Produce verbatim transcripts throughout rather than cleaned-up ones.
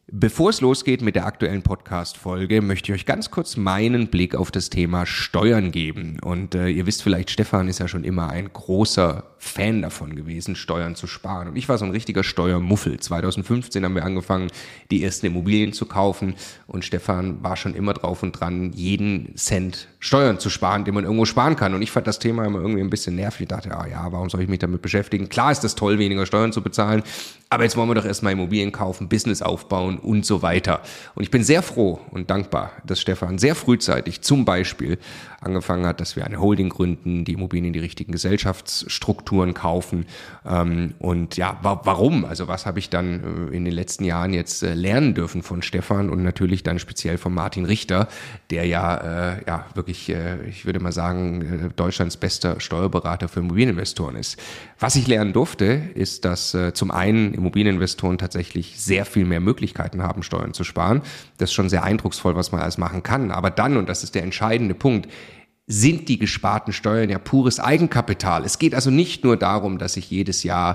Bevor es losgeht mit der aktuellen Podcast-Folge, möchte ich euch ganz kurz meinen Blick auf das Thema Steuern geben. Und äh, ihr wisst vielleicht, Stefan ist ja schon immer ein großer Fan davon gewesen, Steuern zu sparen. Und ich war so ein richtiger Steuermuffel. zwanzig fünfzehn haben wir angefangen, die ersten Immobilien zu kaufen. Und Stefan war schon immer drauf und dran, jeden Cent Steuern zu sparen, den man irgendwo sparen kann. Und ich fand das Thema immer irgendwie ein bisschen nervig. Ich dachte, ah ja, warum soll ich mich damit beschäftigen? Klar ist es toll, weniger Steuern zu bezahlen. Aber jetzt wollen wir doch erstmal Immobilien kaufen, Business aufbauen und so weiter. Und ich bin sehr froh und dankbar, dass Stefan sehr frühzeitig zum Beispiel angefangen hat, dass wir eine Holding gründen, die Immobilien in die richtigen Gesellschaftsstrukturen kaufen. Und ja, warum? Also was habe ich dann in den letzten Jahren jetzt lernen dürfen von Stefan und natürlich dann speziell von Martin Richter, der ja, äh, ja wirklich, äh, ich würde mal sagen, Deutschlands bester Steuerberater für Immobilieninvestoren ist. Was ich lernen durfte, ist, dass äh, zum einen Immobilieninvestoren tatsächlich sehr viel mehr Möglichkeiten haben, Steuern zu sparen. Das ist schon sehr eindrucksvoll, was man alles machen kann. Aber dann, und das ist der entscheidende Punkt, sind die gesparten Steuern ja pures Eigenkapital. Es geht also nicht nur darum, dass ich jedes Jahr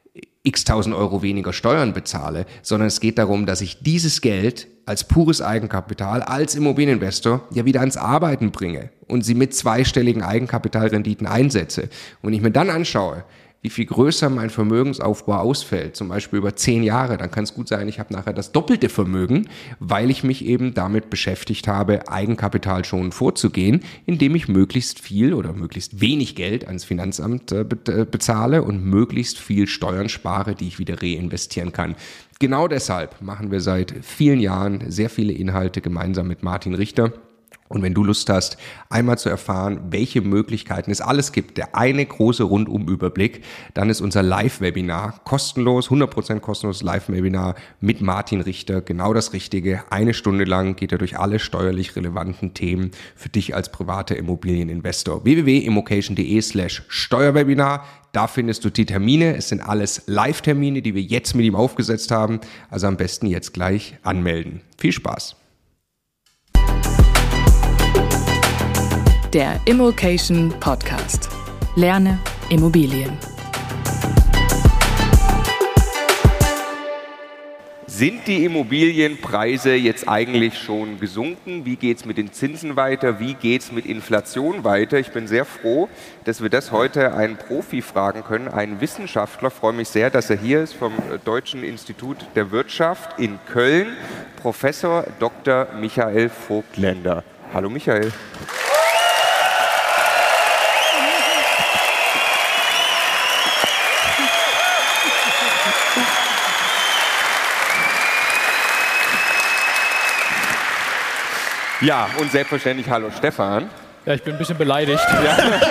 x tausend Euro weniger Steuern bezahle, sondern es geht darum, dass ich dieses Geld als pures Eigenkapital, als Immobilieninvestor ja wieder ans Arbeiten bringe und sie mit zweistelligen Eigenkapitalrenditen einsetze. Und ich mir dann anschaue, wie viel größer mein Vermögensaufbau ausfällt, zum Beispiel über zehn Jahre, dann kann es gut sein, ich habe nachher das doppelte Vermögen, weil ich mich eben damit beschäftigt habe, Eigenkapital schon vorzugehen, indem ich möglichst viel oder möglichst wenig Geld ans Finanzamt äh, be- bezahle und möglichst viel Steuern spare, die ich wieder reinvestieren kann. Genau deshalb machen wir seit vielen Jahren sehr viele Inhalte gemeinsam mit Martin Richter. Und wenn du Lust hast, einmal zu erfahren, welche Möglichkeiten es alles gibt, der eine große Rundumüberblick, dann ist unser Live-Webinar kostenlos, hundert Prozent kostenloses Live-Webinar mit Martin Richter genau das Richtige. Eine Stunde lang geht er durch alle steuerlich relevanten Themen für dich als privater Immobilieninvestor. w w w punkt immocation punkt d e slash Steuerwebinar. Da findest du die Termine. Es sind alles Live-Termine, die wir jetzt mit ihm aufgesetzt haben. Also am besten jetzt gleich anmelden. Viel Spaß! Der Immocation Podcast. Lerne Immobilien. Sind die Immobilienpreise jetzt eigentlich schon gesunken? Wie geht es mit den Zinsen weiter? Wie geht es mit Inflation weiter? Ich bin sehr froh, dass wir das heute einen Profi fragen können, einen Wissenschaftler. Ich freue mich sehr, dass er hier ist vom Deutschen Institut der Wirtschaft in Köln, Professor Doktor Michael Vogtländer. Hallo Michael. Ja, und selbstverständlich hallo Stefan. Ja, ich bin ein bisschen beleidigt. Ja.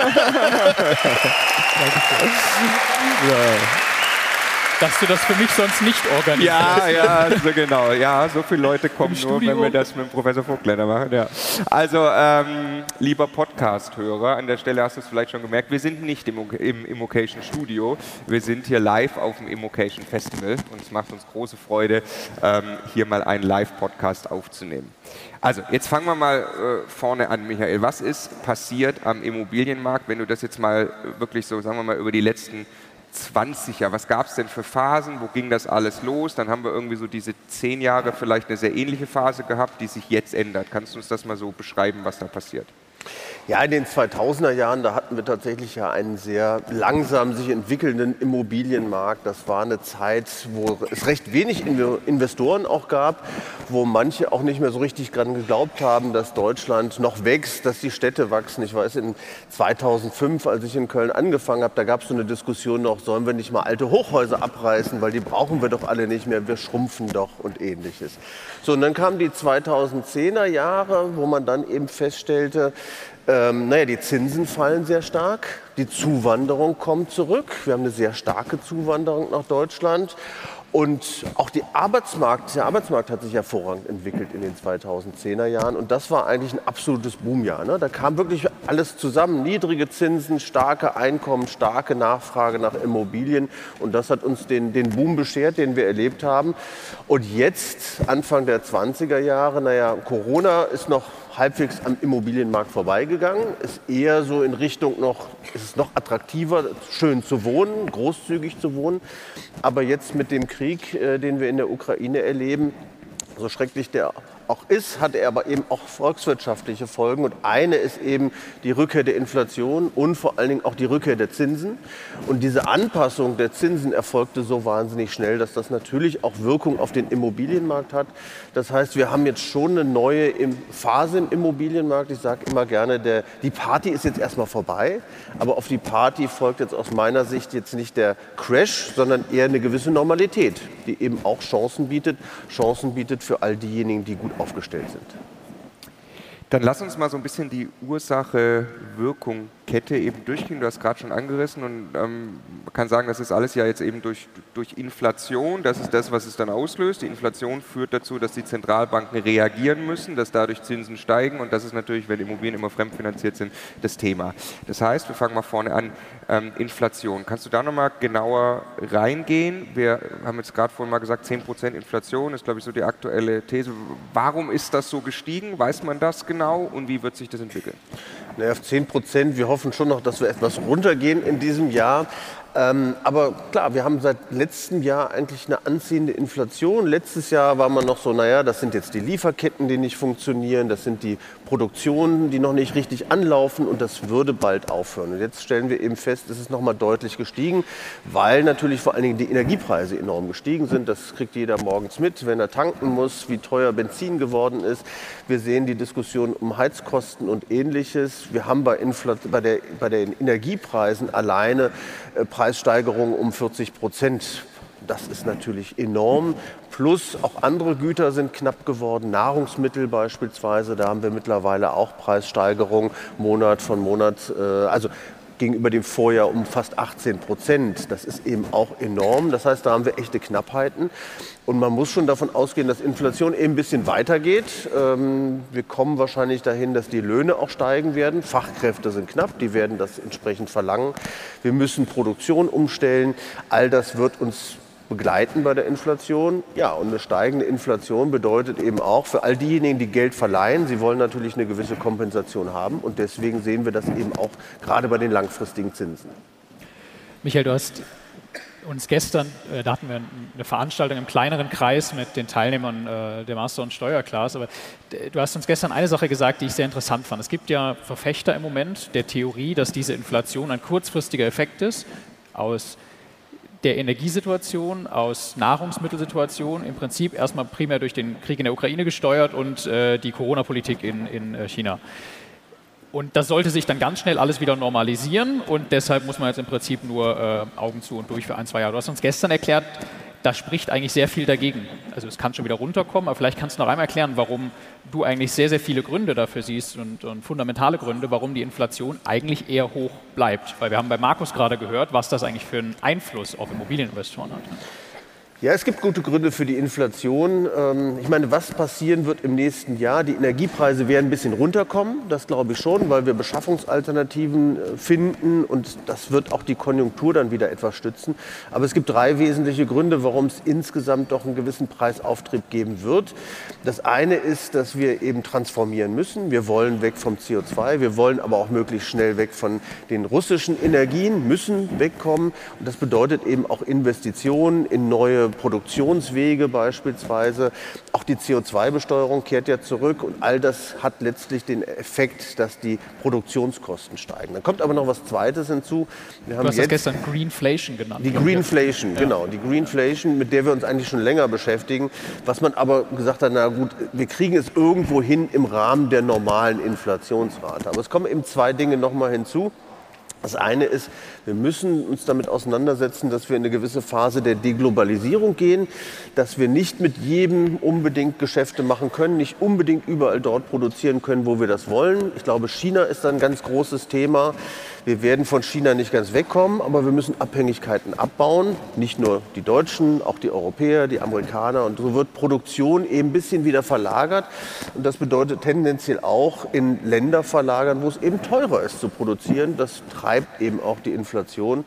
ja. Dass du das für mich sonst nicht organisierst. Ja, ja, so genau. Ja, so viele Leute kommen Im nur, Studio. wenn wir das mit dem Professor Vogtländer machen. Ja. Also, ähm, lieber Podcast-Hörer, an der Stelle hast du es vielleicht schon gemerkt, wir sind nicht im, im Immocation Studio. Wir sind hier live auf dem Immocation Festival und es macht uns große Freude, ähm, hier mal einen Live-Podcast aufzunehmen. Also, jetzt fangen wir mal äh, vorne an, Michael. Was ist passiert am Immobilienmarkt, wenn du das jetzt mal wirklich so, sagen wir mal, über die letzten zwanzig Jahre, was gab es denn für Phasen, wo ging das alles los? Dann haben wir irgendwie so diese zehn Jahre vielleicht eine sehr ähnliche Phase gehabt, die sich jetzt ändert. Kannst du uns das mal so beschreiben, was da passiert? Ja, in den zweitausender Jahren, da hatten wir tatsächlich ja einen sehr langsam sich entwickelnden Immobilienmarkt. Das war eine Zeit, wo es recht wenig Investoren auch gab, wo manche auch nicht mehr so richtig dran geglaubt haben, dass Deutschland noch wächst, dass die Städte wachsen. Ich weiß, in zweitausendfünf, als ich in Köln angefangen habe, da gab es so eine Diskussion noch, sollen wir nicht mal alte Hochhäuser abreißen, weil die brauchen wir doch alle nicht mehr, wir schrumpfen doch und Ähnliches. So, und dann kamen die zweitausendzehner Jahre, wo man dann eben feststellte, Ähm, naja, die Zinsen fallen sehr stark, die Zuwanderung kommt zurück. Wir haben eine sehr starke Zuwanderung nach Deutschland. Und auch die Arbeitsmarkt, der Arbeitsmarkt hat sich hervorragend entwickelt in den zweitausendzehner Jahren. Und das war eigentlich ein absolutes Boomjahr, ne? Da kam wirklich alles zusammen. Niedrige Zinsen, starke Einkommen, starke Nachfrage nach Immobilien. Und das hat uns den, den Boom beschert, den wir erlebt haben. Und jetzt, Anfang der zwanziger Jahre, naja, Corona ist noch halbwegs am Immobilienmarkt vorbeigegangen, ist eher so in Richtung noch, ist es noch attraktiver, schön zu wohnen, großzügig zu wohnen. Aber jetzt mit dem Krieg, äh, den wir in der Ukraine erleben, So schrecklich der auch ist, hat er aber eben auch volkswirtschaftliche Folgen. Und eine ist eben die Rückkehr der Inflation und vor allen Dingen auch die Rückkehr der Zinsen. Und diese Anpassung der Zinsen erfolgte so wahnsinnig schnell, dass das natürlich auch Wirkung auf den Immobilienmarkt hat. Das heißt, wir haben jetzt schon eine neue Phase im Immobilienmarkt. Ich sage immer gerne, der, die Party ist jetzt erstmal vorbei. Aber auf die Party folgt jetzt aus meiner Sicht jetzt nicht der Crash, sondern eher eine gewisse Normalität, die eben auch Chancen bietet. Chancen bietet für all diejenigen, die gut aufgestellt sind. Dann lass uns mal so ein bisschen die Ursache-Wirkung-Kette eben durchgehen. Du hast gerade schon angerissen und ähm, man kann sagen, das ist alles ja jetzt eben durch, durch Inflation. Das ist das, was es dann auslöst. Die Inflation führt dazu, dass die Zentralbanken reagieren müssen, dass dadurch Zinsen steigen und das ist natürlich, wenn Immobilien immer fremdfinanziert sind, das Thema. Das heißt, wir fangen mal vorne an, ähm, Inflation. Kannst du da nochmal genauer reingehen? Wir haben jetzt gerade vorhin mal gesagt, zehn Prozent Inflation ist, glaube ich, so die aktuelle These. Warum ist das so gestiegen? Weiß man das genau? Genau und wie wird sich das entwickeln? Naja, auf zehn Prozent. Wir hoffen schon noch, dass wir etwas runtergehen in diesem Jahr. Ähm, aber klar, wir haben seit letztem Jahr eigentlich eine anziehende Inflation. Letztes Jahr war man noch so, naja, das sind jetzt die Lieferketten, die nicht funktionieren, das sind die Produktionen, die noch nicht richtig anlaufen und das würde bald aufhören. Und jetzt stellen wir eben fest, es ist noch mal deutlich gestiegen, weil natürlich vor allen Dingen die Energiepreise enorm gestiegen sind. Das kriegt jeder morgens mit, wenn er tanken muss, wie teuer Benzin geworden ist. Wir sehen die Diskussion um Heizkosten und Ähnliches. Wir haben bei, Infl- bei, der, bei den Energiepreisen alleine äh, Preissteigerungen um vierzig Prozent. Das ist natürlich enorm. Plus auch andere Güter sind knapp geworden, Nahrungsmittel beispielsweise. Da haben wir mittlerweile auch Preissteigerungen Monat von Monat. Äh, also gegenüber dem Vorjahr um fast achtzehn Prozent. Das ist eben auch enorm. Das heißt, da haben wir echte Knappheiten. Und man muss schon davon ausgehen, dass Inflation eben ein bisschen weitergeht. Ähm, wir kommen wahrscheinlich dahin, dass die Löhne auch steigen werden. Fachkräfte sind knapp, die werden das entsprechend verlangen. Wir müssen Produktion umstellen. All das wird uns begleiten bei der Inflation. Ja, und eine steigende Inflation bedeutet eben auch für all diejenigen, die Geld verleihen, sie wollen natürlich eine gewisse Kompensation haben. Und deswegen sehen wir das eben auch gerade bei den langfristigen Zinsen. Michael, du hast uns gestern, äh, da hatten wir eine Veranstaltung im kleineren Kreis mit den Teilnehmern äh, der Master- und Steuerclass, aber du hast uns gestern eine Sache gesagt, die ich sehr interessant fand. Es gibt ja Verfechter im Moment der Theorie, dass diese Inflation ein kurzfristiger Effekt ist aus der Energiesituation, aus Nahrungsmittelsituation, im Prinzip erstmal primär durch den Krieg in der Ukraine gesteuert und äh, die Corona-Politik in, in äh, China. Und das sollte sich dann ganz schnell alles wieder normalisieren und deshalb muss man jetzt im Prinzip nur äh, Augen zu und durch für ein, zwei Jahre. Du hast uns gestern erklärt, da spricht eigentlich sehr viel dagegen. Also es kann schon wieder runterkommen, aber vielleicht kannst du noch einmal erklären, warum du eigentlich sehr, sehr viele Gründe dafür siehst und, und fundamentale Gründe, warum die Inflation eigentlich eher hoch bleibt. Weil wir haben bei Markus gerade gehört, was das eigentlich für einen Einfluss auf Immobilieninvestoren hat. Ja, es gibt gute Gründe für die Inflation. Ich meine, was passieren wird im nächsten Jahr? Die Energiepreise werden ein bisschen runterkommen, das glaube ich schon, weil wir Beschaffungsalternativen finden und das wird auch die Konjunktur dann wieder etwas stützen. Aber es gibt drei wesentliche Gründe, warum es insgesamt doch einen gewissen Preisauftrieb geben wird. Das eine ist, dass wir eben transformieren müssen. Wir wollen weg vom C O zwei, wir wollen aber auch möglichst schnell weg von den russischen Energien, müssen wegkommen. Und das bedeutet eben auch Investitionen in neue Produktionswege beispielsweise. Auch die C O zwei Besteuerung kehrt ja zurück und all das hat letztlich den Effekt, dass die Produktionskosten steigen. Dann kommt aber noch was Zweites hinzu. Wir haben du hast jetzt das gestern Greenflation genannt. Die Greenflation, ja. Genau. Die Greenflation, mit der wir uns eigentlich schon länger beschäftigen. Was man aber gesagt hat, na gut, wir kriegen es irgendwo hin im Rahmen der normalen Inflationsrate. Aber es kommen eben zwei Dinge noch mal hinzu. Das eine ist, wir müssen uns damit auseinandersetzen, dass wir in eine gewisse Phase der Deglobalisierung gehen, dass wir nicht mit jedem unbedingt Geschäfte machen können, nicht unbedingt überall dort produzieren können, wo wir das wollen. Ich glaube, China ist ein ganz großes Thema. Wir werden von China nicht ganz wegkommen, aber wir müssen Abhängigkeiten abbauen. Nicht nur die Deutschen, auch die Europäer, die Amerikaner. Und so wird Produktion eben ein bisschen wieder verlagert. Und das bedeutet tendenziell auch in Länder verlagern, wo es eben teurer ist zu produzieren. Das treibt eben auch die Inflation.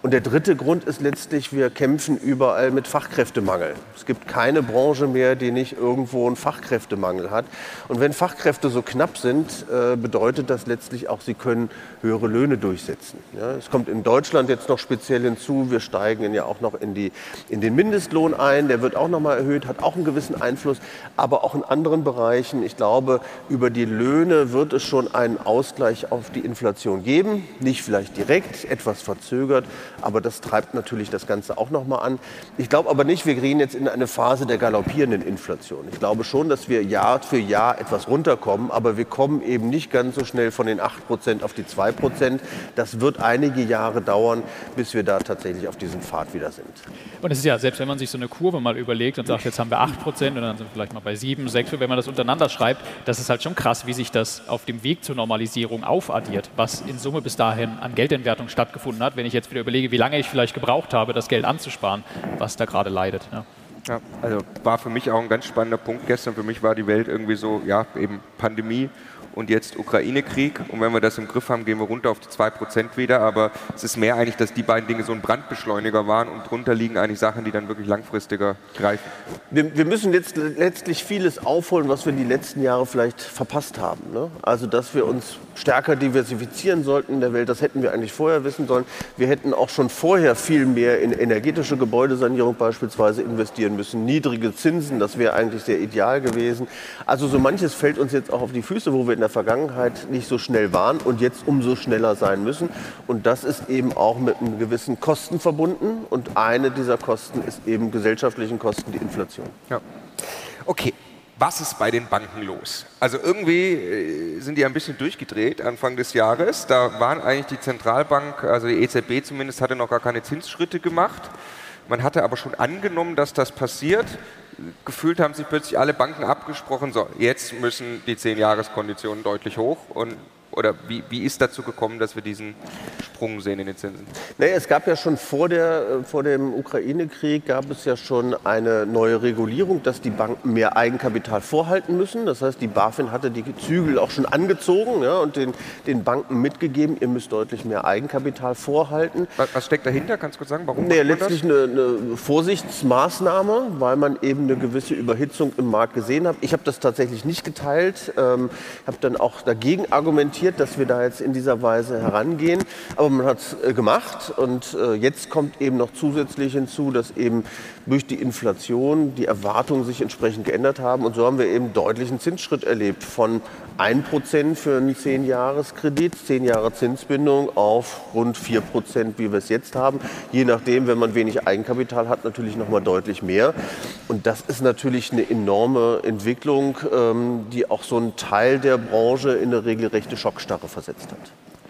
Und der dritte Grund ist letztlich, wir kämpfen überall mit Fachkräftemangel. Es gibt keine Branche mehr, die nicht irgendwo einen Fachkräftemangel hat. Und wenn Fachkräfte so knapp sind, bedeutet das letztlich auch, sie können höhere Löhne durchsetzen. Ja, es kommt in Deutschland jetzt noch speziell hinzu, wir steigen ja auch noch in, die, in den Mindestlohn ein, der wird auch noch mal erhöht, hat auch einen gewissen Einfluss, aber auch in anderen Bereichen. Ich glaube, über die Löhne wird es schon einen Ausgleich auf die Inflation geben, nicht vielleicht direkt, etwas verzögert, aber das treibt natürlich das Ganze auch noch mal an. Ich glaube aber nicht, wir gehen jetzt in eine Phase der galoppierenden Inflation. Ich glaube schon, dass wir Jahr für Jahr etwas runterkommen, aber wir kommen eben nicht ganz so schnell von den acht Prozent auf die zwei Prozent. Das wird einige Jahre dauern, bis wir da tatsächlich auf diesem Pfad wieder sind. Und es ist ja, selbst wenn man sich so eine Kurve mal überlegt und sagt, jetzt haben wir acht Prozent und dann sind wir vielleicht mal bei sieben, sechs, wenn man das untereinander schreibt, das ist halt schon krass, wie sich das auf dem Weg zur Normalisierung aufaddiert, was in Summe bis dahin an Geldentwertung stattgefunden hat. Wenn ich jetzt wieder überlege, wie lange ich vielleicht gebraucht habe, das Geld anzusparen, was da gerade leidet. Ja. Ja, also war für mich auch ein ganz spannender Punkt gestern. Für mich war die Welt irgendwie so, ja, eben Pandemie und jetzt Ukraine-Krieg. Und wenn wir das im Griff haben, gehen wir runter auf die zwei Prozent wieder. Aber es ist mehr eigentlich, dass die beiden Dinge so ein Brandbeschleuniger waren und drunter liegen eigentlich Sachen, die dann wirklich langfristiger greifen. Wir, wir müssen jetzt letztlich vieles aufholen, was wir die letzten Jahre vielleicht verpasst haben. Ne? Also, dass wir uns stärker diversifizieren sollten in der Welt, das hätten wir eigentlich vorher wissen sollen. Wir hätten auch schon vorher viel mehr in energetische Gebäudesanierung beispielsweise investieren müssen. Niedrige Zinsen, das wäre eigentlich sehr ideal gewesen. Also so manches fällt uns jetzt auch auf die Füße, wo wir in der Vergangenheit nicht so schnell waren und jetzt umso schneller sein müssen. Und das ist eben auch mit einem gewissen Kosten verbunden. Und eine dieser Kosten ist eben gesellschaftlichen Kosten, die Inflation. Ja. Okay. Was ist bei den Banken los? Also irgendwie sind die ein bisschen durchgedreht Anfang des Jahres. Da waren eigentlich die Zentralbank, also die E Z B zumindest, hatte noch gar keine Zinsschritte gemacht. Man hatte aber schon angenommen, dass das passiert. Gefühlt haben sich plötzlich alle Banken abgesprochen, so, jetzt müssen die zehn-Jahres-Konditionen deutlich hoch. Und, oder wie, wie ist dazu gekommen, dass wir diesen Sprung sehen in den Zinsen? Naja, es gab ja schon vor, der, vor dem Ukraine-Krieg gab es ja schon eine neue Regulierung, dass die Banken mehr Eigenkapital vorhalten müssen. Das heißt, die BaFin hatte die Zügel auch schon angezogen, ja, und den, den Banken mitgegeben, ihr müsst deutlich mehr Eigenkapital vorhalten. Was, was steckt dahinter? Kannst du kurz sagen, warum? Naja, letztlich eine, eine Vorsichtsmaßnahme, weil man eben eine gewisse Überhitzung im Markt gesehen hat. Ich habe das tatsächlich nicht geteilt. Ähm, habe dann auch dagegen argumentiert, dass wir da jetzt in dieser Weise herangehen. Aber man hat es äh, gemacht und äh, jetzt kommt eben noch zusätzlich hinzu, dass eben durch die Inflation die Erwartungen sich entsprechend geändert haben. Und so haben wir eben deutlichen Zinsschritt erlebt von ein Prozent für einen zehn-Jahres-Kredit, zehn Jahre Zinsbindung auf rund vier Prozent, wie wir es jetzt haben. Je nachdem, wenn man wenig Eigenkapital hat, natürlich noch mal deutlich mehr. Und das ist natürlich eine enorme Entwicklung, ähm, die auch so einen Teil der Branche in eine regelrechte Schockstarre versetzt hat.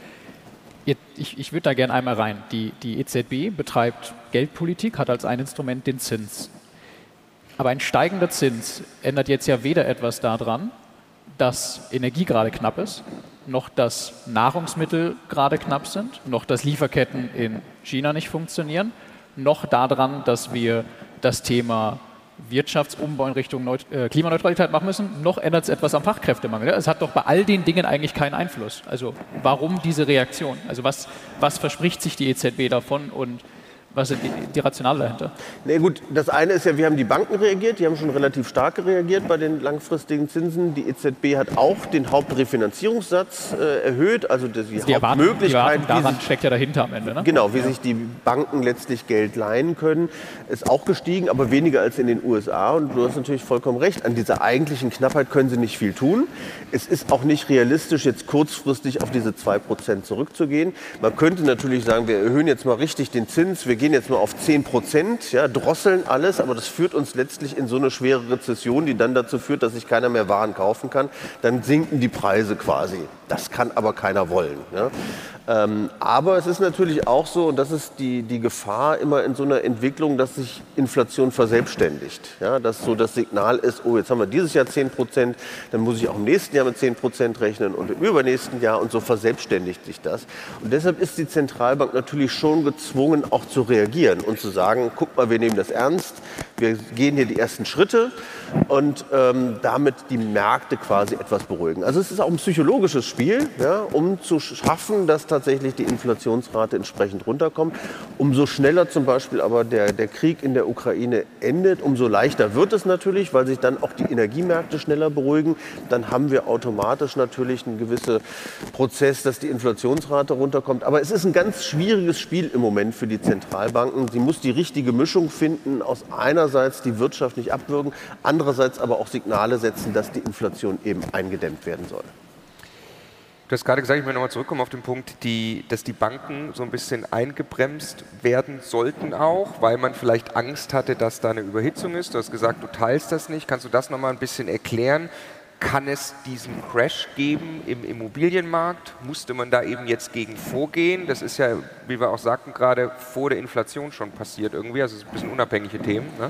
Ich, ich würde da gerne einmal rein. Die, die E Z B betreibt Geldpolitik, hat als ein Instrument den Zins. Aber ein steigender Zins ändert jetzt ja weder etwas daran, dass Energie gerade knapp ist, noch dass Nahrungsmittel gerade knapp sind, noch dass Lieferketten in China nicht funktionieren, noch daran, dass wir das Thema Wirtschaftsumbau in Richtung Neut- äh, Klimaneutralität machen müssen, noch ändert es etwas am Fachkräftemangel. Es hat doch bei all den Dingen eigentlich keinen Einfluss. Also warum diese Reaktion? Also was, was verspricht sich die E Z B davon und was sind die, die Rationale dahinter? Nee, gut, das eine ist ja, wir haben die Banken reagiert, die haben schon relativ stark reagiert bei den langfristigen Zinsen. Die E Z B hat auch den Hauptrefinanzierungssatz äh, erhöht, also die, also die Hauptmöglichkeit. Die daran sich, steckt ja dahinter am Ende. Ne? Genau, wie ja. sich die Banken letztlich Geld leihen können, ist auch gestiegen, aber weniger als in den U S A. Und du hast natürlich vollkommen recht, an dieser eigentlichen Knappheit können sie nicht viel tun. Es ist auch nicht realistisch, jetzt kurzfristig auf diese zwei Prozent zurückzugehen. Man könnte natürlich sagen, wir erhöhen jetzt mal richtig den Zins, wir gehen jetzt mal auf zehn Prozent, ja, drosseln alles, aber das führt uns letztlich in so eine schwere Rezession, die dann dazu führt, dass sich keiner mehr Waren kaufen kann. Dann sinken die Preise quasi. Das kann aber keiner wollen. Ja. Ähm, aber es ist natürlich auch so, und das ist die, die Gefahr immer in so einer Entwicklung, dass sich Inflation verselbstständigt. Ja, dass so das Signal ist, oh, jetzt haben wir dieses Jahr zehn Prozent, dann muss ich auch im nächsten Jahr mit zehn Prozent rechnen und im übernächsten Jahr, und so verselbstständigt sich das. Und deshalb ist die Zentralbank natürlich schon gezwungen, auch zu reagieren und zu sagen, guck mal, wir nehmen das ernst, wir gehen hier die ersten Schritte und ähm, damit die Märkte quasi etwas beruhigen. Also es ist auch ein psychologisches Spiel, ja, um zu schaffen, dass tatsächlich die Inflationsrate entsprechend runterkommt. Umso schneller zum Beispiel aber der, der Krieg in der Ukraine endet, umso leichter wird es natürlich, weil sich dann auch die Energiemärkte schneller beruhigen. Dann haben wir automatisch natürlich einen gewissen Prozess, dass die Inflationsrate runterkommt. Aber es ist ein ganz schwieriges Spiel im Moment für die Zentralbanken. Sie muss die richtige Mischung finden, aus einerseits die Wirtschaft nicht abwürgen, andererseits aber auch Signale setzen, dass die Inflation eben eingedämmt werden soll. Du hast gerade gesagt, ich will nochmal zurückkommen auf den Punkt, die, dass die Banken so ein bisschen eingebremst werden sollten auch, weil man vielleicht Angst hatte, dass da eine Überhitzung ist. Du hast gesagt, du teilst das nicht. Kannst du das nochmal ein bisschen erklären? Kann es diesen Crash geben im Immobilienmarkt? Musste man da eben jetzt gegen vorgehen? Das ist ja, wie wir auch sagten, gerade vor der Inflation schon passiert irgendwie. Also es sind ein bisschen unabhängige Themen, ne?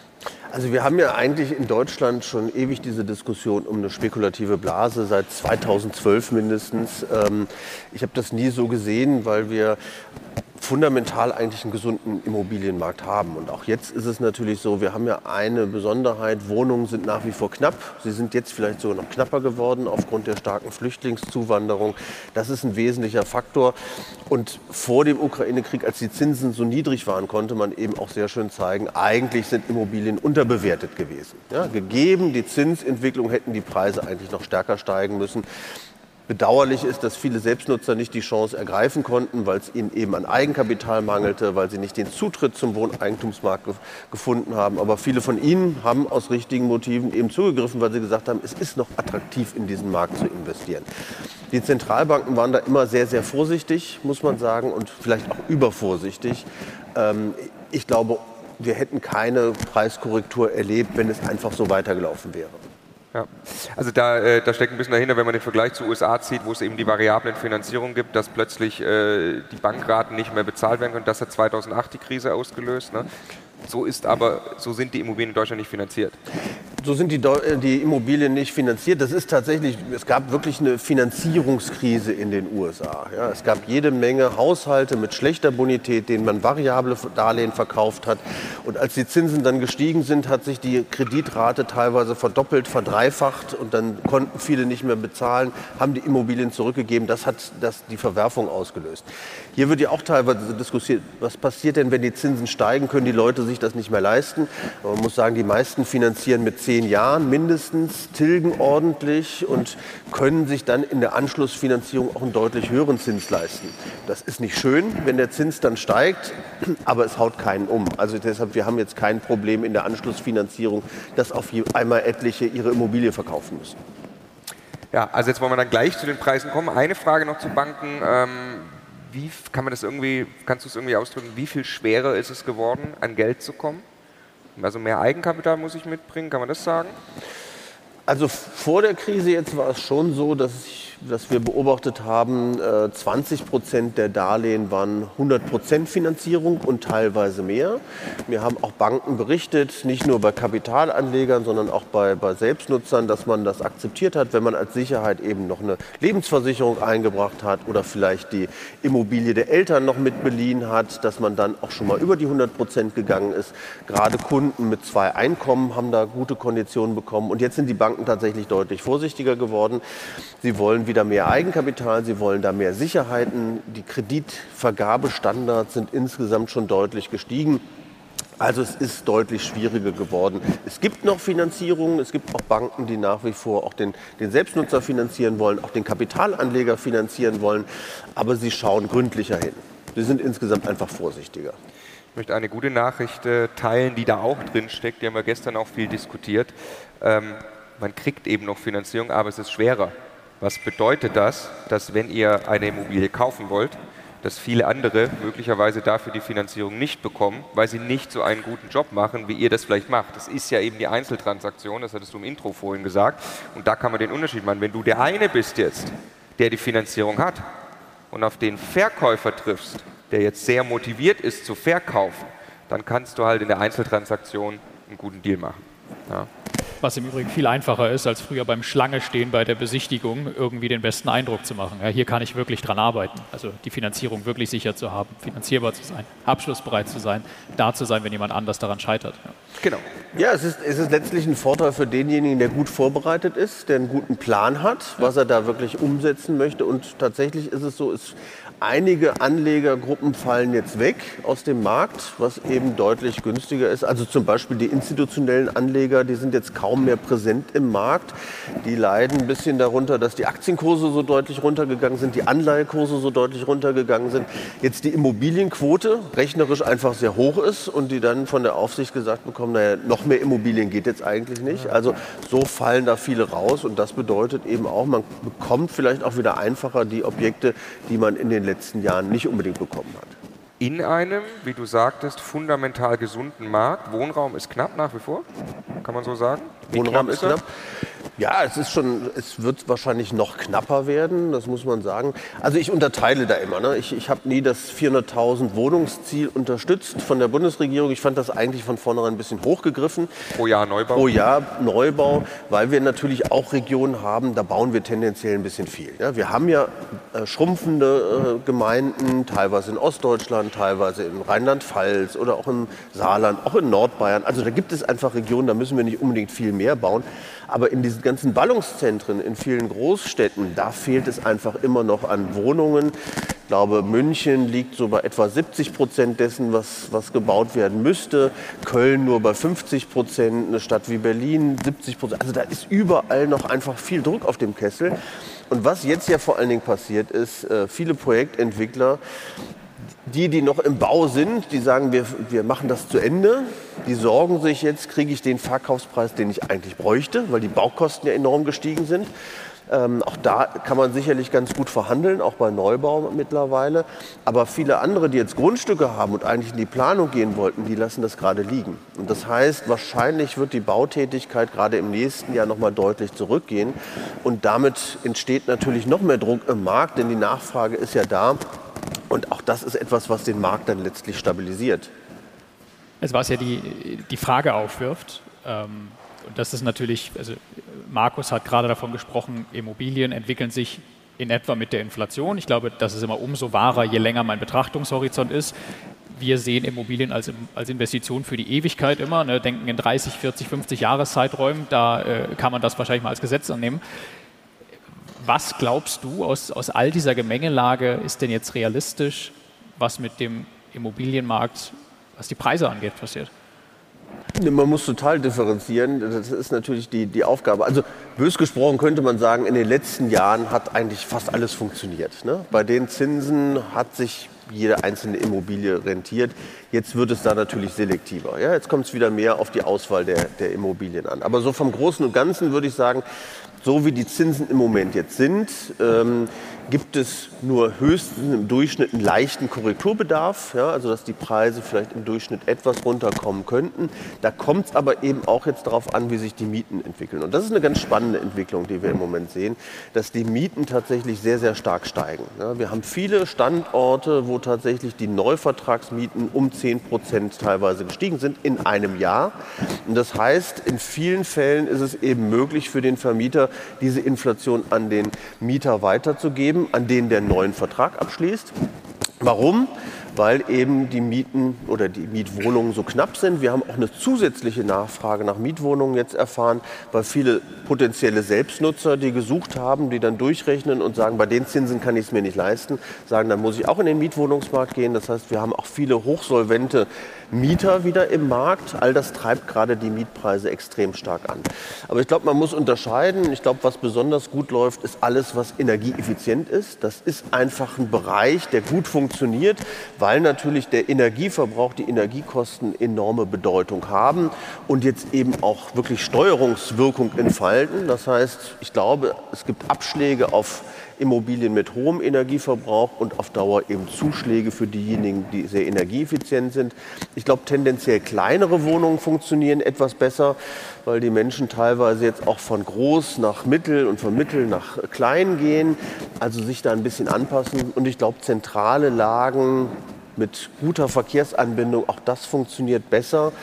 Also wir haben ja eigentlich in Deutschland schon ewig diese Diskussion um eine spekulative Blase, seit zweitausendzwölf mindestens. Ich habe das nie so gesehen, weil wir fundamental eigentlich einen gesunden Immobilienmarkt haben. Und auch jetzt ist es natürlich so, wir haben ja eine Besonderheit, Wohnungen sind nach wie vor knapp. Sie sind jetzt vielleicht sogar noch knapper geworden aufgrund der starken Flüchtlingszuwanderung. Das ist ein wesentlicher Faktor. Und vor dem Ukraine-Krieg, als die Zinsen so niedrig waren, konnte man eben auch sehr schön zeigen, eigentlich sind Immobilien unterbewertet gewesen. Ja, gegeben die Zinsentwicklung hätten die Preise eigentlich noch stärker steigen müssen. Bedauerlich ist, dass viele Selbstnutzer nicht die Chance ergreifen konnten, weil es ihnen eben an Eigenkapital mangelte, weil sie nicht den Zutritt zum Wohneigentumsmarkt ge- gefunden haben. Aber viele von ihnen haben aus richtigen Motiven eben zugegriffen, weil sie gesagt haben, es ist noch attraktiv, in diesen Markt zu investieren. Die Zentralbanken waren da immer sehr, sehr vorsichtig, muss man sagen, und vielleicht auch übervorsichtig. Ähm, ich glaube, wir hätten keine Preiskorrektur erlebt, wenn es einfach so weitergelaufen wäre. Ja, also da, äh, da steckt ein bisschen dahinter, wenn man den Vergleich zu U S A zieht, wo es eben die variablen Finanzierung gibt, dass plötzlich äh, die Bankraten nicht mehr bezahlt werden können. Das hat zweitausendacht die Krise ausgelöst. Ne? So ist aber, so sind die Immobilien in Deutschland nicht finanziert. So sind die, die Immobilien nicht finanziert. Das ist tatsächlich, es gab wirklich eine Finanzierungskrise in den U S A. Ja, es gab jede Menge Haushalte mit schlechter Bonität, denen man variable Darlehen verkauft hat. Und als die Zinsen dann gestiegen sind, hat sich die Kreditrate teilweise verdoppelt, verdreifacht und dann konnten viele nicht mehr bezahlen, haben die Immobilien zurückgegeben. Das hat das die Verwerfung ausgelöst. Hier wird ja auch teilweise diskutiert, was passiert denn, wenn die Zinsen steigen, können die Leute sich das nicht mehr leisten. Aber man muss sagen, die meisten finanzieren mit zehn Jahren mindestens, tilgen ordentlich und können sich dann in der Anschlussfinanzierung auch einen deutlich höheren Zins leisten. Das ist nicht schön, wenn der Zins dann steigt, aber es haut keinen um. Also deshalb, wir haben jetzt kein Problem in der Anschlussfinanzierung, dass auf einmal etliche ihre Immobilie verkaufen müssen. Ja, also jetzt wollen wir dann gleich zu den Preisen kommen. Eine Frage noch zu Banken. Ähm, wie kann man das irgendwie, kannst du es irgendwie ausdrücken, wie viel schwerer ist es geworden, an Geld zu kommen? Also mehr Eigenkapital muss ich mitbringen, kann man das sagen? Also vor der Krise jetzt war es schon so, dass, ich, dass wir beobachtet haben, äh, zwanzig Prozent der Darlehen waren hundert Prozent Finanzierung und teilweise mehr. Mir haben auch Banken berichtet, nicht nur bei Kapitalanlegern, sondern auch bei, bei Selbstnutzern, dass man das akzeptiert hat, wenn man als Sicherheit eben noch eine Lebensversicherung eingebracht hat oder vielleicht die Immobilie der Eltern noch mitbeliehen hat, dass man dann auch schon mal über die hundert Prozent gegangen ist. Gerade Kunden mit zwei Einkommen haben da gute Konditionen bekommen und jetzt sind die Banken tatsächlich deutlich vorsichtiger geworden. Sie wollen wieder mehr Eigenkapital, sie wollen da mehr Sicherheiten. Die Kreditvergabestandards sind insgesamt schon deutlich gestiegen. Also es ist deutlich schwieriger geworden. Es gibt noch Finanzierungen, es gibt auch Banken, die nach wie vor auch den, den Selbstnutzer finanzieren wollen, auch den Kapitalanleger finanzieren wollen, aber sie schauen gründlicher hin. Sie sind insgesamt einfach vorsichtiger. Ich möchte eine gute Nachricht äh, teilen, die da auch drin steckt, die haben wir gestern auch viel diskutiert. Ähm, Man kriegt eben noch Finanzierung, aber es ist schwerer. Was bedeutet das, dass wenn ihr eine Immobilie kaufen wollt, dass viele andere möglicherweise dafür die Finanzierung nicht bekommen, weil sie nicht so einen guten Job machen, wie ihr das vielleicht macht. Das ist ja eben die Einzeltransaktion, das hattest du im Intro vorhin gesagt. Und da kann man den Unterschied machen. Wenn du der eine bist jetzt, der die Finanzierung hat und auf den Verkäufer triffst, der jetzt sehr motiviert ist zu verkaufen, dann kannst du halt in der Einzeltransaktion einen guten Deal machen. Ja. Was im Übrigen viel einfacher ist, als früher beim Schlange stehen bei der Besichtigung, irgendwie den besten Eindruck zu machen. Ja, hier kann ich wirklich dran arbeiten, also die Finanzierung wirklich sicher zu haben, finanzierbar zu sein, abschlussbereit zu sein, da zu sein, wenn jemand anders daran scheitert. Ja. Genau. Ja, es ist, es ist letztlich ein Vorteil für denjenigen, der gut vorbereitet ist, der einen guten Plan hat, was er da wirklich umsetzen möchte. Und tatsächlich ist es so, es einige Anlegergruppen fallen jetzt weg aus dem Markt, was eben deutlich günstiger ist. Also zum Beispiel die institutionellen Anleger, die sind jetzt kaum mehr präsent im Markt. Die leiden ein bisschen darunter, dass die Aktienkurse so deutlich runtergegangen sind, die Anleihekurse so deutlich runtergegangen sind. Jetzt die Immobilienquote rechnerisch einfach sehr hoch ist und die dann von der Aufsicht gesagt bekommen, naja, noch mehr Immobilien geht jetzt eigentlich nicht. Also so fallen da viele raus und das bedeutet eben auch, man bekommt vielleicht auch wieder einfacher die Objekte, die man in den letzten Jahren nicht unbedingt bekommen hat. In einem, wie du sagtest, fundamental gesunden Markt. Wohnraum ist knapp nach wie vor, kann man so sagen? Wie Wohnraum knapp ist knapp. Ja, es ist schon, es wird wahrscheinlich noch knapper werden, das muss man sagen. Also ich unterteile da immer. Ne? Ich, ich habe nie das vierhunderttausend Wohnungsziel unterstützt von der Bundesregierung. Ich fand das eigentlich von vornherein ein bisschen hochgegriffen. Pro Jahr Neubau? Pro Jahr Neubau, weil wir natürlich auch Regionen haben, da bauen wir tendenziell ein bisschen viel. Ja? Wir haben ja äh, schrumpfende äh, Gemeinden, teilweise in Ostdeutschland, teilweise in Rheinland-Pfalz oder auch im Saarland, auch in Nordbayern. Also da gibt es einfach Regionen, da müssen wir nicht unbedingt viel mehr bauen. Aber in diesen ganzen Ballungszentren, in vielen Großstädten, da fehlt es einfach immer noch an Wohnungen. Ich glaube, München liegt so bei etwa siebzig Prozent dessen, was, was gebaut werden müsste. Köln nur bei fünfzig Prozent, eine Stadt wie Berlin siebzig Prozent. Also da ist überall noch einfach viel Druck auf dem Kessel. Und was jetzt ja vor allen Dingen passiert ist, äh, viele Projektentwickler, die, die noch im Bau sind, die sagen, wir, wir machen das zu Ende. Die sorgen sich jetzt, kriege ich den Verkaufspreis, den ich eigentlich bräuchte, weil die Baukosten ja enorm gestiegen sind. Ähm, auch da kann man sicherlich ganz gut verhandeln, auch bei Neubau mittlerweile. Aber viele andere, die jetzt Grundstücke haben und eigentlich in die Planung gehen wollten, die lassen das gerade liegen. Und das heißt, wahrscheinlich wird die Bautätigkeit gerade im nächsten Jahr noch mal deutlich zurückgehen. Und damit entsteht natürlich noch mehr Druck im Markt, denn die Nachfrage ist ja da. Und auch das ist etwas, was den Markt dann letztlich stabilisiert. Es was ja die, die Frage aufwirft, ähm, und das ist natürlich, also Markus hat gerade davon gesprochen, Immobilien entwickeln sich in etwa mit der Inflation. Ich glaube, das ist immer umso wahrer, je länger mein Betrachtungshorizont ist. Wir sehen Immobilien als, als Investition für die Ewigkeit immer, ne, denken in dreißig, vierzig, fünfzig Jahreszeiträumen, da äh, kann man das wahrscheinlich mal als Gesetz annehmen. Was glaubst du aus, aus all dieser Gemengelage ist denn jetzt realistisch, was mit dem Immobilienmarkt, was die Preise angeht, passiert? Man muss total differenzieren, das ist natürlich die, die Aufgabe. Also bös gesprochen könnte man sagen, in den letzten Jahren hat eigentlich fast alles funktioniert. Ne? Bei den Zinsen hat sich jede einzelne Immobilie rentiert. Jetzt wird es da natürlich selektiver. Ja? Jetzt kommt es wieder mehr auf die Auswahl der, der Immobilien an. Aber so vom Großen und Ganzen würde ich sagen, so wie die Zinsen im Moment jetzt sind, ähm, gibt es nur höchstens im Durchschnitt einen leichten Korrekturbedarf, ja, also dass die Preise vielleicht im Durchschnitt etwas runterkommen könnten. Da kommt es aber eben auch jetzt darauf an, wie sich die Mieten entwickeln. Und das ist eine ganz spannende Entwicklung, die wir im Moment sehen, dass die Mieten tatsächlich sehr, sehr stark steigen. Ja, wir haben viele Standorte, wo tatsächlich die Neuvertragsmieten um zehn Prozent teilweise gestiegen sind in einem Jahr. Und das heißt, in vielen Fällen ist es eben möglich für den Vermieter, diese Inflation an den Mieter weiterzugeben, an denen der neuen Vertrag abschließt. Warum? Weil eben die Mieten oder die Mietwohnungen so knapp sind. Wir haben auch eine zusätzliche Nachfrage nach Mietwohnungen jetzt erfahren, weil viele potenzielle Selbstnutzer, die gesucht haben, die dann durchrechnen und sagen, bei den Zinsen kann ich es mir nicht leisten, sagen, dann muss ich auch in den Mietwohnungsmarkt gehen. Das heißt, wir haben auch viele hochsolvente Mieter wieder im Markt. All das treibt gerade die Mietpreise extrem stark an. Aber ich glaube, man muss unterscheiden. Ich glaube, was besonders gut läuft, ist alles, was energieeffizient ist. Das ist einfach ein Bereich, der gut funktioniert, weil natürlich der Energieverbrauch, die Energiekosten enorme Bedeutung haben und jetzt eben auch wirklich Steuerungswirkung entfalten. Das heißt, ich glaube, es gibt Abschläge auf Immobilien mit hohem Energieverbrauch und auf Dauer eben Zuschläge für diejenigen, die sehr energieeffizient sind. Ich glaube, tendenziell kleinere Wohnungen funktionieren etwas besser, weil die Menschen teilweise jetzt auch von groß nach mittel und von mittel nach klein gehen, also sich da ein bisschen anpassen. Und ich glaube, zentrale Lagen mit guter Verkehrsanbindung, auch das funktioniert besser.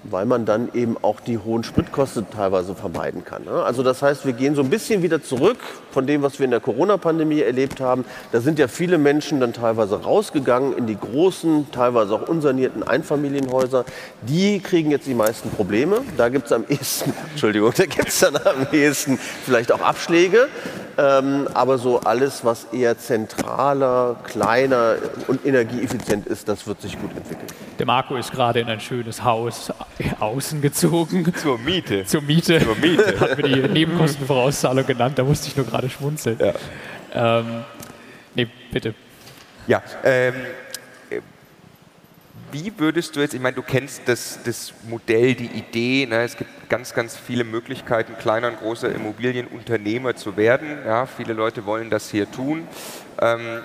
weil man dann eben auch die hohen Spritkosten teilweise vermeiden kann. Also das heißt, wir gehen so ein bisschen wieder zurück von dem, was wir in der Corona-Pandemie erlebt haben. Da sind ja viele Menschen dann teilweise rausgegangen in die großen, teilweise auch unsanierten Einfamilienhäuser. Die kriegen jetzt die meisten Probleme. Da gibt es am ehesten, Entschuldigung, da gibt es dann am ehesten vielleicht auch Abschläge. Ähm, aber so alles, was eher zentraler, kleiner und energieeffizient ist, das wird sich gut entwickeln. Der Marco ist gerade in ein schönes Haus außen gezogen. Zur Miete. Zur Miete. Zur Miete. Hat mir die Nebenkostenvorauszahlung genannt, da musste ich nur gerade schmunzeln. Ja. Ähm, nee, bitte. Ja, ähm, wie würdest du jetzt, ich meine, du kennst das, das Modell, die Idee, ne? Es gibt ganz, ganz viele Möglichkeiten, kleiner und großer Immobilienunternehmer zu werden. Ja, viele Leute wollen das hier tun. Ähm,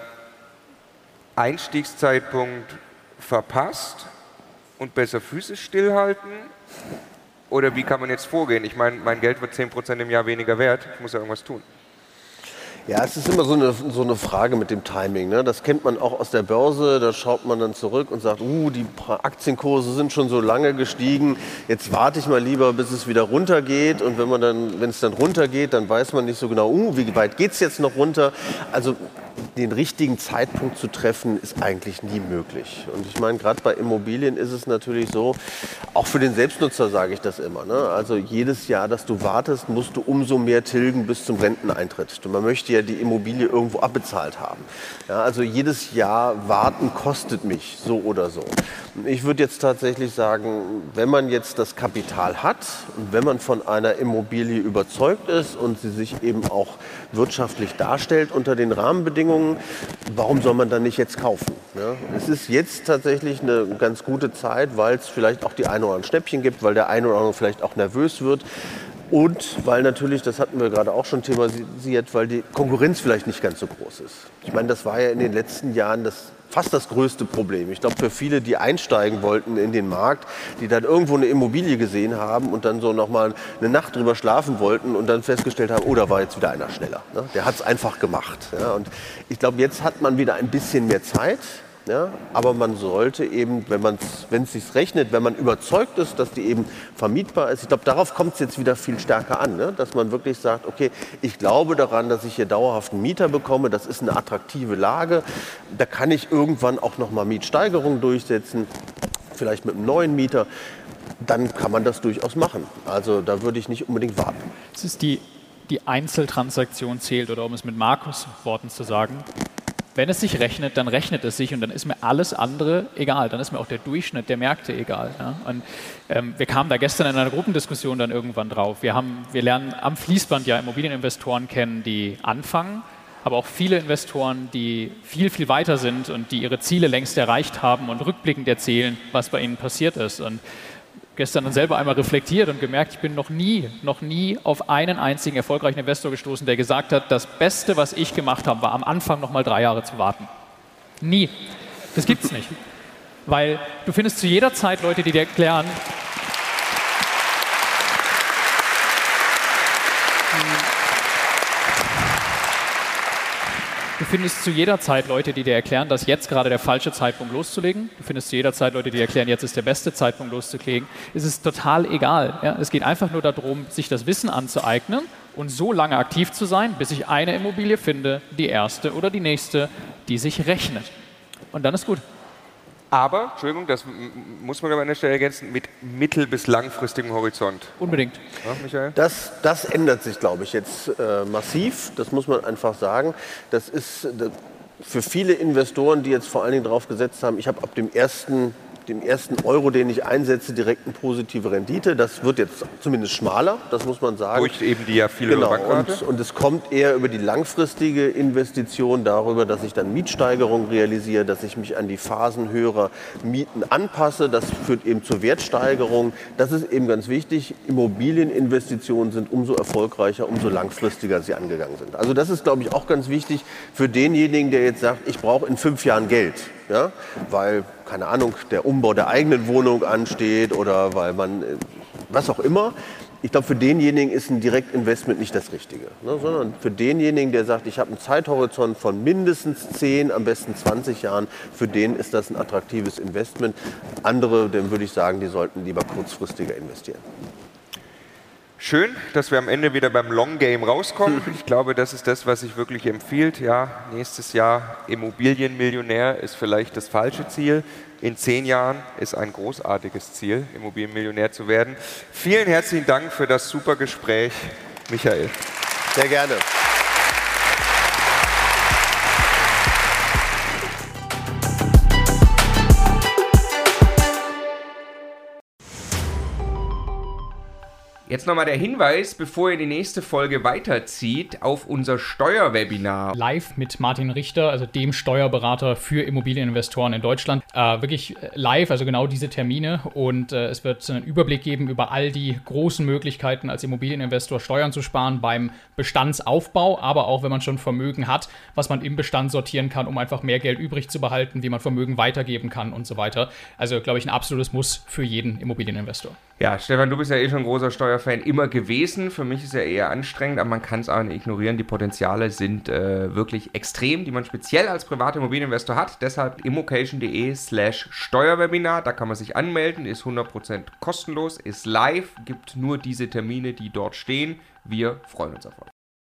Einstiegszeitpunkt verpasst und besser Füße stillhalten? Oder wie kann man jetzt vorgehen? Ich meine, mein Geld wird zehn Prozent im Jahr weniger wert, ich muss ja irgendwas tun. Ja, es ist immer so eine, so eine Frage mit dem Timing. Ne? Das kennt man auch aus der Börse. Da schaut man dann zurück und sagt, uh, die Aktienkurse sind schon so lange gestiegen. Jetzt warte ich mal lieber, bis es wieder runtergeht. Und wenn man dann, wenn es dann runtergeht, dann weiß man nicht so genau, uh, wie weit geht es jetzt noch runter. Also den richtigen Zeitpunkt zu treffen, ist eigentlich nie möglich. Und ich meine, gerade bei Immobilien ist es natürlich so, auch für den Selbstnutzer sage ich das immer. Ne? Also jedes Jahr, dass du wartest, musst du umso mehr tilgen bis zum Renteneintritt. Und man möchte ja die Immobilie irgendwo abbezahlt haben. Ja, also jedes Jahr warten kostet mich so oder so. Und ich würde jetzt tatsächlich sagen, wenn man jetzt das Kapital hat und wenn man von einer Immobilie überzeugt ist und sie sich eben auch wirtschaftlich darstellt unter den Rahmenbedingungen, warum soll man dann nicht jetzt kaufen? Ja, es ist jetzt tatsächlich eine ganz gute Zeit, weil es vielleicht auch die ein oder anderen Schnäppchen gibt, weil der eine oder andere vielleicht auch nervös wird. Und weil natürlich, das hatten wir gerade auch schon thematisiert, weil die Konkurrenz vielleicht nicht ganz so groß ist. Ich meine, das war ja in den letzten Jahren das, fast das größte Problem. Ich glaube, für viele, die einsteigen wollten in den Markt, die dann irgendwo eine Immobilie gesehen haben und dann so nochmal eine Nacht drüber schlafen wollten und dann festgestellt haben, oh, da war jetzt wieder einer schneller. Ne? Der hat es einfach gemacht. Ja? Und ich glaube, jetzt hat man wieder ein bisschen mehr Zeit. Ja, aber man sollte eben, wenn man es, wenn es sich rechnet, wenn man überzeugt ist, dass die eben vermietbar ist, ich glaube, darauf kommt es jetzt wieder viel stärker an, ne? Dass man wirklich sagt, okay, ich glaube daran, dass ich hier dauerhaft einen Mieter bekomme, das ist eine attraktive Lage, da kann ich irgendwann auch nochmal Mietsteigerungen durchsetzen, vielleicht mit einem neuen Mieter, dann kann man das durchaus machen. Also da würde ich nicht unbedingt warten. Es ist die, die Einzeltransaktion zählt, oder um es mit Markus' Worten zu sagen, wenn es sich rechnet, dann rechnet es sich und dann ist mir alles andere egal. Dann ist mir auch der Durchschnitt der Märkte egal. Ja? Und ähm, wir kamen da gestern in einer Gruppendiskussion dann irgendwann drauf. Wir, haben, wir lernen am Fließband ja Immobilieninvestoren kennen, die anfangen, aber auch viele Investoren, die viel, viel weiter sind und die ihre Ziele längst erreicht haben und rückblickend erzählen, was bei ihnen passiert ist. Und gestern dann selber einmal reflektiert und gemerkt, ich bin noch nie, noch nie auf einen einzigen erfolgreichen Investor gestoßen, der gesagt hat, das Beste, was ich gemacht habe, war am Anfang noch mal drei Jahre zu warten. Nie. Das gibt's nicht. Weil du findest zu jeder Zeit Leute, die dir erklären, Du findest zu jeder Zeit Leute, die dir erklären, dass jetzt gerade der falsche Zeitpunkt loszulegen. Du findest zu jeder Zeit Leute, die erklären, jetzt ist der beste Zeitpunkt loszulegen. Es ist total egal. Ja? Es geht einfach nur darum, sich das Wissen anzueignen und so lange aktiv zu sein, bis ich eine Immobilie finde, die erste oder die nächste, die sich rechnet. Und dann ist gut. Aber, Entschuldigung, das muss man aber an der Stelle ergänzen, mit mittel- bis langfristigem Horizont. Unbedingt. Ja, Michael? Das, das ändert sich, glaube ich, jetzt äh, massiv. Das muss man einfach sagen. Das ist äh, für viele Investoren, die jetzt vor allen Dingen darauf gesetzt haben, ich habe ab dem ersten, dem ersten Euro, den ich einsetze, direkt eine positive Rendite. Das wird jetzt zumindest schmaler, das muss man sagen. Durch eben die ja viele genau. Bankrate. Und, und es kommt eher über die langfristige Investition darüber, dass ich dann Mietsteigerungen realisiere, dass ich mich an die Phasen höherer Mieten anpasse. Das führt eben zur Wertsteigerung. Das ist eben ganz wichtig. Immobilieninvestitionen sind umso erfolgreicher, umso langfristiger sie angegangen sind. Also das ist, glaube ich, auch ganz wichtig für denjenigen, der jetzt sagt, ich brauche in fünf Jahren Geld. Ja? Weil, keine Ahnung, der Umbau der eigenen Wohnung ansteht oder weil man, was auch immer. ich glaube, für denjenigen ist ein Direktinvestment nicht das Richtige, ne, sondern für denjenigen, der sagt, ich habe einen Zeithorizont von mindestens zehn, am besten zwanzig Jahren, für den ist das ein attraktives Investment. Andere, dem würde ich sagen, die sollten lieber kurzfristiger investieren. Schön, dass wir am Ende wieder beim Long Game rauskommen. Ich glaube, das ist das, was sich wirklich empfiehlt. Ja, nächstes Jahr Immobilienmillionär ist vielleicht das falsche Ziel. In zehn Jahren ist ein großartiges Ziel, Immobilienmillionär zu werden. Vielen herzlichen Dank für das super Gespräch, Michael. Sehr gerne. Jetzt nochmal der Hinweis, bevor ihr die nächste Folge weiterzieht, auf unser Steuerwebinar. Live mit Martin Richter, also dem Steuerberater für Immobilieninvestoren in Deutschland. Äh, wirklich live, also genau diese Termine. Und äh, es wird einen Überblick geben über all die großen Möglichkeiten, als Immobilieninvestor Steuern zu sparen beim Bestandsaufbau, aber auch wenn man schon Vermögen hat, was man im Bestand sortieren kann, um einfach mehr Geld übrig zu behalten, wie man Vermögen weitergeben kann und so weiter. Also, glaube ich, ein absolutes Muss für jeden Immobilieninvestor. Ja, Stefan, du bist ja eh schon ein großer Steuerfan immer gewesen. Für mich ist es ja eher anstrengend, aber man kann es auch nicht ignorieren. Die Potenziale sind äh, wirklich extrem, die man speziell als privater Immobilieninvestor hat. Deshalb immocation.de slash Steuerwebinar. Da kann man sich anmelden, ist hundert Prozent kostenlos, ist live, gibt nur diese Termine, die dort stehen. Wir freuen uns auf euch.